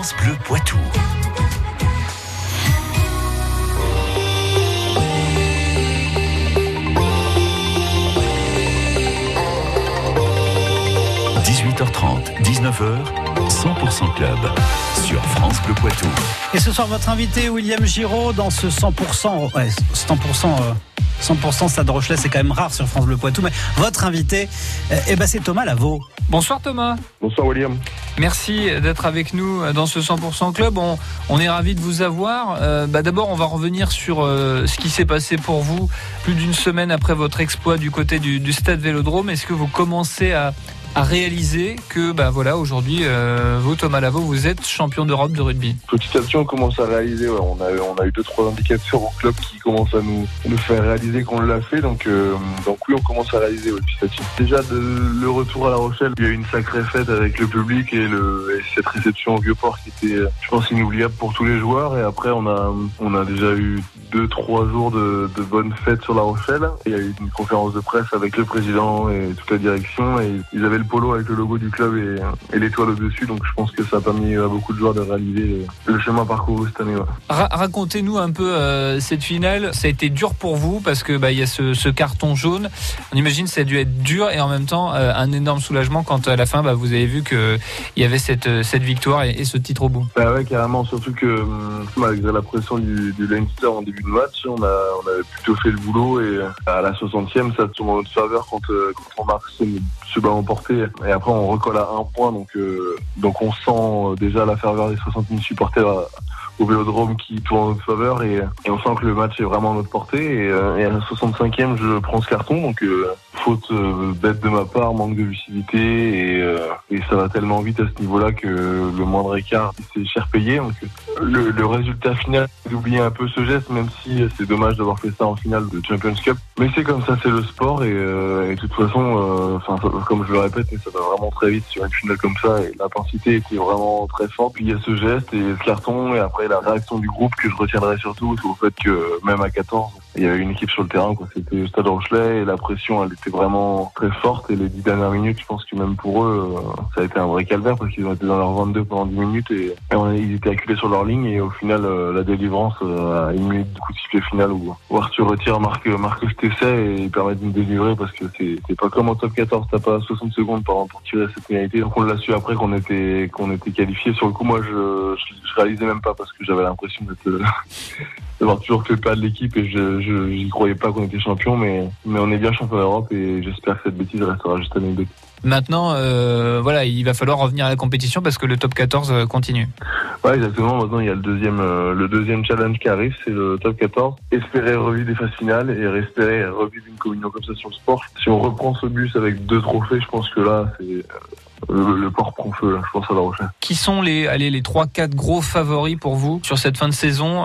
France Bleu Poitou. – 18h30, 19h, 100% Club sur France Bleu Poitou. Et ce soir, votre invité William Giraud dans ce 100%, 100% Stade Rochelais, c'est quand même rare sur France Bleu Poitou, mais votre invité, c'est Thomas Lavaux. Bonsoir Thomas. Bonsoir William. Merci d'être avec nous dans ce 100% Club. On est ravis de vous avoir. D'abord, on va revenir sur ce qui s'est passé pour vous plus d'une semaine après votre exploit du côté du Stade Vélodrome. Est-ce que vous commencez à réaliser que aujourd'hui vous, Thomas Lavaux, vous êtes champion d'Europe de rugby? Petit à petit on commence à réaliser, on a eu 2-3 indicateurs au club qui commencent à nous faire réaliser qu'on l'a fait, donc oui, on commence à réaliser petit à petit. Déjà le retour à La Rochelle, il y a eu une sacrée fête avec le public et cette réception au Vieux-Port qui était, je pense, inoubliable pour tous les joueurs. Et après on a déjà eu 2-3 jours de bonnes fêtes sur La Rochelle. Il y a eu une conférence de presse avec le président et toute la direction, et ils avaient le polo avec le logo du club et l'étoile au-dessus, donc je pense que ça a permis à beaucoup de joueurs de réaliser le chemin parcouru cette année. Ouais. Racontez-nous un peu cette finale. Ça a été dur pour vous parce que il y a ce carton jaune. On imagine que ça a dû être dur et en même temps un énorme soulagement quand à la fin vous avez vu qu'il y avait cette victoire et ce titre au bout. Ouais, carrément, surtout que malgré la pression du Leinster en début de match, on avait plutôt fait le boulot, et à la 60e ça tourne en notre faveur quand on marque ce ballon porté, et après on recolle à 1 point, donc on sent déjà la ferveur des 60 000 supporters au Vélodrome qui tourne en notre faveur, et on sent que le match est vraiment à notre portée, et à la 65e je prends ce carton, donc faute bête de ma part, manque de lucidité, et ça va tellement vite à ce niveau-là que le moindre écart c'est cher payé. Donc le résultat final, d'oublier un peu ce geste, même si c'est dommage d'avoir fait ça en finale de Champions Cup, mais c'est comme ça, c'est le sport, et de toute façon comme je le répète, ça va vraiment très vite sur une finale comme ça, et l'intensité était vraiment très forte. Puis il y a ce geste et ce carton, et après la réaction du groupe que je retiendrai surtout, c'est au fait que même à 14, il y avait une équipe sur le terrain, c'était le Stade Rochelais, et la pression elle était vraiment très forte, et les 10 dernières minutes, je pense que même pour eux ça a été un vrai calvaire, parce qu'ils ont été dans leur 22 pendant 10 minutes, et ils étaient acculés sur leur ligne, et au final la délivrance à 1 minute du coup de sifflet final où Arthur retire marque cet essai et permet de nous délivrer, parce que c'est pas comme en top 14, t'as pas 60 secondes pour tirer cette pénalité, donc on l'a su après qu'on était qualifié. Sur le coup, moi je réalisais même pas, parce que j'avais l'impression d'avoir toujours fait le pas de l'équipe, et j'y croyais pas qu'on était champion, mais on est bien champion d'Europe, et j'espère que cette bêtise restera juste anecdotique. Maintenant, il va falloir revenir à la compétition parce que le top 14 continue. Ouais, exactement. Maintenant, il y a le deuxième challenge qui arrive, c'est le top 14. Espérer revivre des phases finales et espérer revivre une communion comme ça sur le sport. Si on reprend ce bus avec 2 trophées, je pense que là, c'est le port prend feu, là, je pense, à La Rochelle. Qui sont les 3-4 gros favoris pour vous sur cette fin de saison,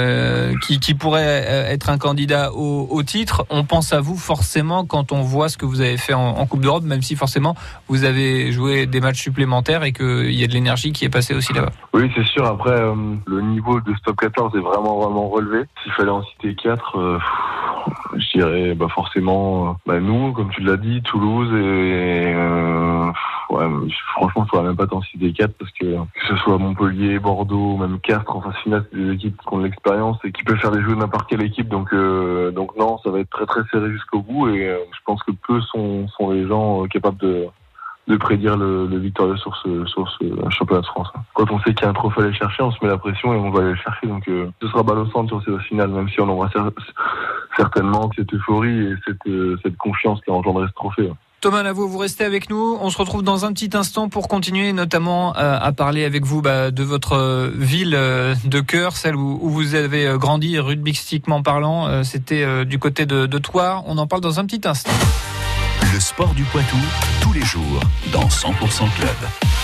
qui pourraient être un candidat au titre? On pense à vous forcément quand on voit ce que vous avez fait en Coupe d'Europe, même si forcément vous avez joué des matchs supplémentaires et qu'il y a de l'énergie qui est passée aussi là-bas. Oui, c'est sûr. Après, le niveau de ce top 14 est vraiment relevé. S'il fallait en citer 4, je dirais forcément nous, comme tu l'as dit, Toulouse, et franchement, je pourrais même pas t'en citer 4, parce que ce soit Montpellier, Bordeaux, même Castres, en phase finale, c'est des équipes qui ont de l'expérience et qui peuvent faire des jeux de n'importe quelle équipe, donc non, ça va être très très serré jusqu'au bout, et je pense que peu sont les gens capables de prédire le victorieux sur ce championnat de France. Quand on sait qu'il y a un trophée à aller chercher, on se met la pression et on va aller le chercher, donc ce sera balle au centre sur ces finales, même si on aura certainement cette euphorie et cette confiance qui a engendré ce trophée. Thomas Lavaux, vous restez avec nous. On se retrouve dans un petit instant pour continuer notamment à parler avec vous de votre ville de cœur, celle où vous avez grandi rugbystiquement parlant. C'était du côté de Thouars. On en parle dans un petit instant. Le sport du Poitou, tous les jours, dans 100% Club.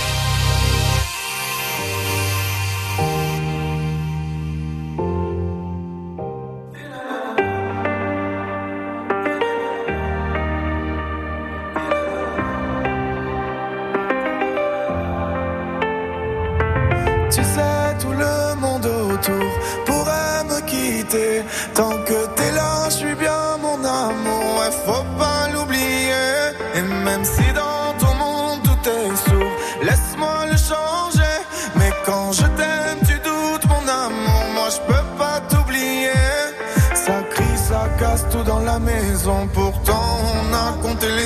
Tu sais, tout le monde autour pourrait me quitter. Tant que t'es là, je suis bien mon amour, ouais, faut pas l'oublier. Et même si dans ton monde tout est sourd, laisse-moi le changer. Mais quand je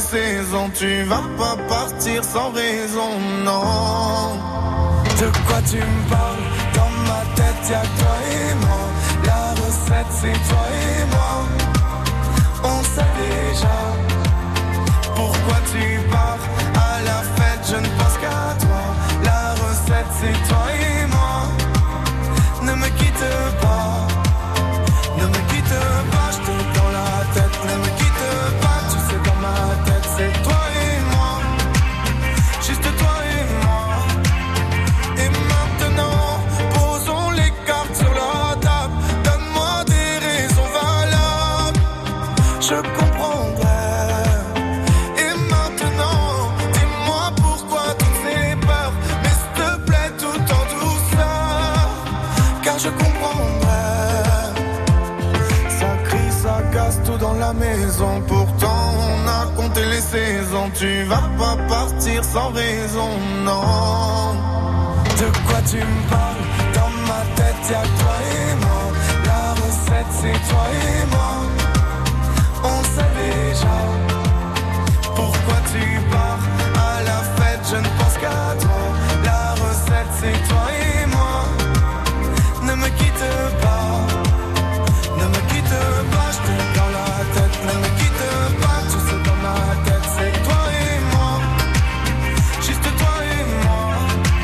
saisons. Tu vas pas partir sans raison, non. De quoi tu me parles? Dans ma tête y'a toi et moi. La recette c'est toi et moi. On sait déjà pourquoi tu pars. À la fête je ne pense qu'à toi. La recette c'est toi et moi. Ne me quitte pas. Ne me quitte pas, je t'ai dans la tête. Ne me quitte pas, tu sais dans ma tête c'est toi et moi. Juste toi et moi. Et maintenant, posons les cartes sur la table. Donne-moi des raisons valables. Je comprendrai. Et maintenant, dis-moi pourquoi toutes ces peurs. Mais s'il te plaît, tout en douceur. Car je comprendrai. Ça casse tout dans la maison. Pourtant on a compté les saisons. Tu vas pas partir sans raison, non. De quoi tu me parles? Dans ma tête y'a toi et moi. La recette c'est toi et moi. On sait déjà pourquoi tu pars. À la fête je ne pense qu'à toi. La recette c'est toi et moi. Ne me quitte pas. Ne me quitte pas, je t'ai dans la tête. Ne me quitte pas, tu sais dans ma tête c'est toi et moi. Juste toi et moi.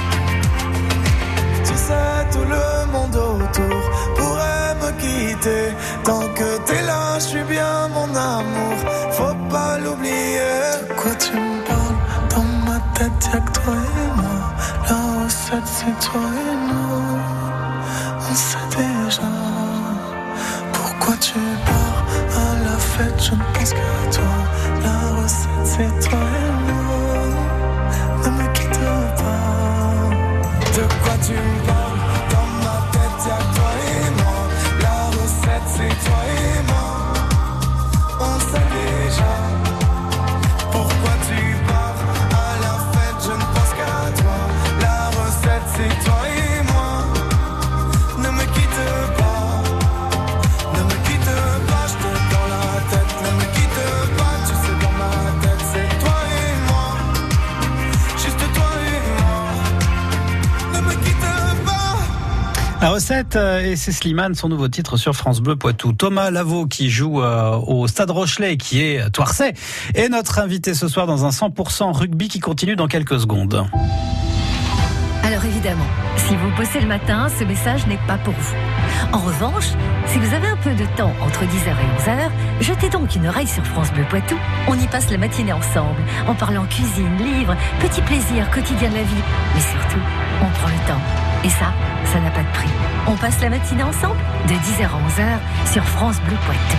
Tu sais tout le monde autour pourrait me quitter. Tant que t'es là, je suis bien mon amour. Faut pas l'oublier. De quoi tu me parles? Dans ma tête y'a que toi et moi. La recette c'est toi et nous. On sait déjà pourquoi tu pars. À la fête je ne pense qu'à toi. La recette c'est toi et moi. Ne me quitte pas. De quoi tu me parles? Dans ma tête y'a toi et moi. La recette c'est toi et moi. On sait déjà pourquoi tu pars. À la fête je ne pense qu'à toi. La recette c'est toi et moi. Ne me quitte pas. Ne me quitte pas, je t'ai dans la tête. Ne me quitte pas, tu sais dans ma tête c'est toi et moi. Juste toi et moi. Ne me quitte pas. La recette et c'est Slimane, son nouveau titre sur France Bleu Poitou. Thomas Lavaux qui joue au Stade Rochelet, qui est Toircet, est notre invité ce soir dans un 100% rugby qui continue dans quelques secondes. Alors évidemment, si vous bossez le matin, ce message n'est pas pour vous. En revanche, si vous avez un peu de temps entre 10h et 11h, jetez donc une oreille sur France Bleu Poitou. On y passe la matinée ensemble, en parlant cuisine, livres, petits plaisirs quotidiens de la vie. Mais surtout, on prend le temps. Et ça n'a pas de prix. On passe la matinée ensemble, de 10h à 11h, sur France Bleu Poitou.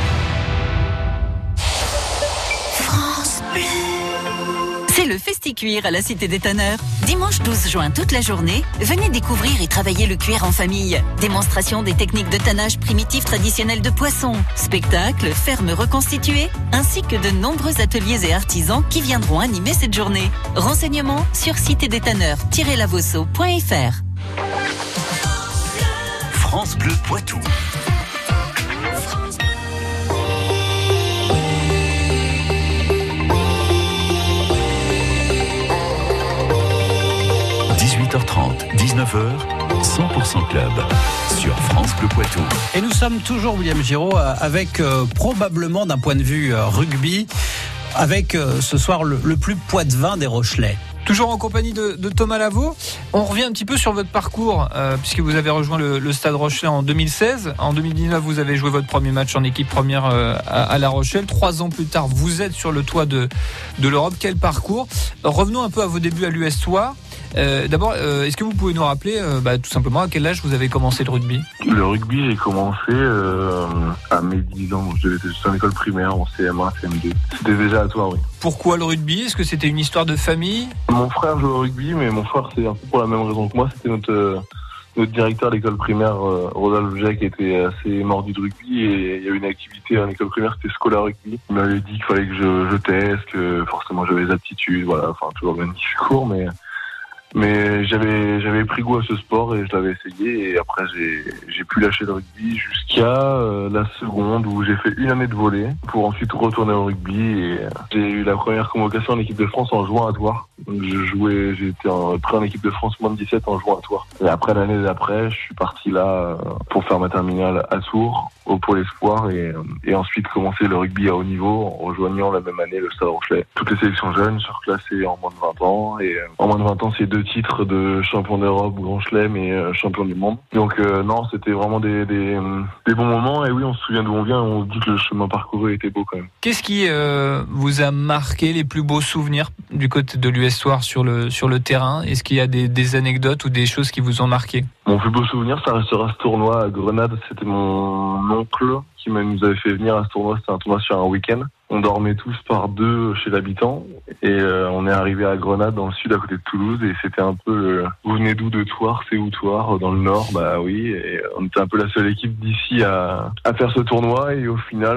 France Bleu. C'est le Festi-Cuir à la Cité des Tanneurs. Dimanche 12 juin, toute la journée, venez découvrir et travailler le cuir en famille. Démonstration des techniques de tannage primitif traditionnel de poisson, spectacles, fermes reconstituées, ainsi que de nombreux ateliers et artisans qui viendront animer cette journée. Renseignements sur citédestanneurs-lavosso.fr. France Bleu Poitou. – 19h, 100% Club sur France Bleu Poitou. Et nous sommes toujours, William Giraud, avec probablement d'un point de vue rugby, avec ce soir le plus poitevin des Rochelais. Toujours en compagnie de Thomas Lavaux. On revient un petit peu sur votre parcours, puisque vous avez rejoint le Stade Rochelet en 2016. En 2019, vous avez joué votre premier match en équipe première à La Rochelle. 3 ans plus tard, vous êtes sur le toit de l'Europe. Quel parcours! Revenons un peu à vos débuts à l'US Troyes. D'abord, est-ce que vous pouvez nous rappeler tout simplement à quel âge vous avez commencé le rugby? Le rugby, j'ai commencé à mes 10 ans. J'étais en école primaire, en CM1, CM2. C'était déjà à toi, oui. Pourquoi le rugby? Est-ce que c'était une histoire de famille? Mon frère jouait au rugby, mais mon frère, c'est un peu pour la même raison que moi. C'était notre directeur d'école primaire, Rodolphe Jacques, qui était assez mordu de rugby, et il y avait une activité en école primaire, c'était Scola Rugby. Il m'avait dit qu'il fallait que je teste, que forcément j'avais les aptitudes, voilà, enfin toujours le même discours, mais Mais j'avais pris goût à ce sport et je l'avais essayé. Et après, j'ai pu lâcher le rugby jusqu'à la seconde où j'ai fait une année de volley pour ensuite retourner au rugby. Et j'ai eu la première convocation en équipe de France en jouant à Thouars. Donc j'ai été pris en équipe de France moins de 17 en jouant à Thouars. Et après, l'année d'après, je suis parti là pour faire ma terminale à Tours, au Pôle Espoir, et ensuite commencer le rugby à haut niveau en rejoignant la même année le Stade Rochelet. Toutes les sélections jeunes, surclassées en moins de 20 ans. Et en moins de 20 ans, c'est 2 titres de champion d'Europe, Grand Chelem et champion du monde. Donc non, c'était vraiment des bons moments. Et oui, on se souvient d'où on vient, on se dit que le chemin parcouru était beau quand même. Qu'est-ce qui vous a marqué, les plus beaux souvenirs du côté de l'US Thouars sur le terrain? Est-ce qu'il y a des anecdotes ou des choses qui vous ont marqué? Mon plus beau souvenir, ça restera ce tournoi à Grenade. C'était mon oncle qui nous avait fait venir à ce tournoi. C'était un tournoi sur un week-end. On dormait tous par 2 chez l'habitant et on est arrivé à Grenade dans le sud à côté de Toulouse et c'était un peu vous venez d'où? De Thouars? C'est où Thouars? Dans le nord? Bah oui, et on était un peu la seule équipe d'ici à faire ce tournoi et au final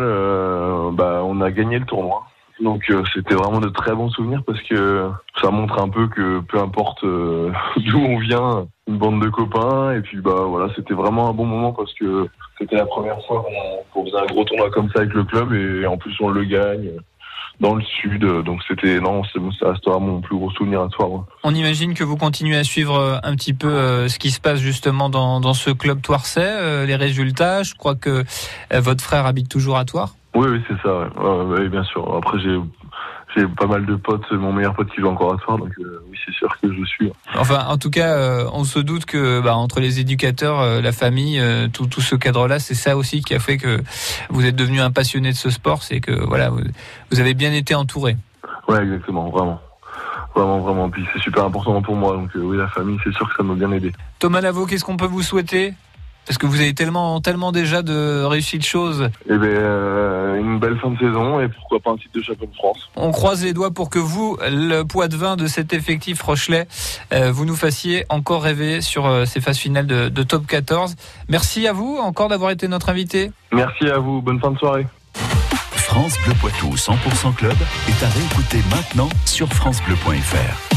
on a gagné le tournoi. Donc c'était vraiment de très bons souvenirs parce que ça montre un peu que peu importe d'où on vient, une bande de copains, et puis voilà, c'était vraiment un bon moment parce que c'était la première fois qu'on faisait un gros tournoi comme ça avec le club et en plus on le gagne dans le sud, donc ça restera mon plus gros souvenir à Thouars. Ouais. On imagine que vous continuez à suivre un petit peu ce qui se passe justement dans ce club thouarsais, les résultats. Je crois que votre frère habite toujours à Thouars. Oui, c'est ça. Ouais, bien sûr. Après, j'ai pas mal de potes, mon meilleur pote qui joue encore à Thouars, donc oui, c'est sûr que je suis. Enfin, en tout cas, on se doute que entre les éducateurs, la famille, tout ce cadre-là, c'est ça aussi qui a fait que vous êtes devenu un passionné de ce sport, c'est que voilà, vous avez bien été entouré. Ouais, exactement, vraiment. Vraiment. Puis c'est super important pour moi, donc oui, la famille, c'est sûr que ça m'a bien aidé. Thomas Lavaux, qu'est-ce qu'on peut vous souhaiter ? Parce que vous avez tellement déjà de réussites de choses. Eh bien, une belle fin de saison et pourquoi pas un titre de champion de France. On croise les doigts pour que vous, le Poitevin de cet effectif Rochelet, vous nous fassiez encore rêver sur ces phases finales de Top 14. Merci à vous encore d'avoir été notre invité. Merci à vous, bonne fin de soirée. France Bleu Poitou 100% Club est à réécouter maintenant sur francebleu.fr.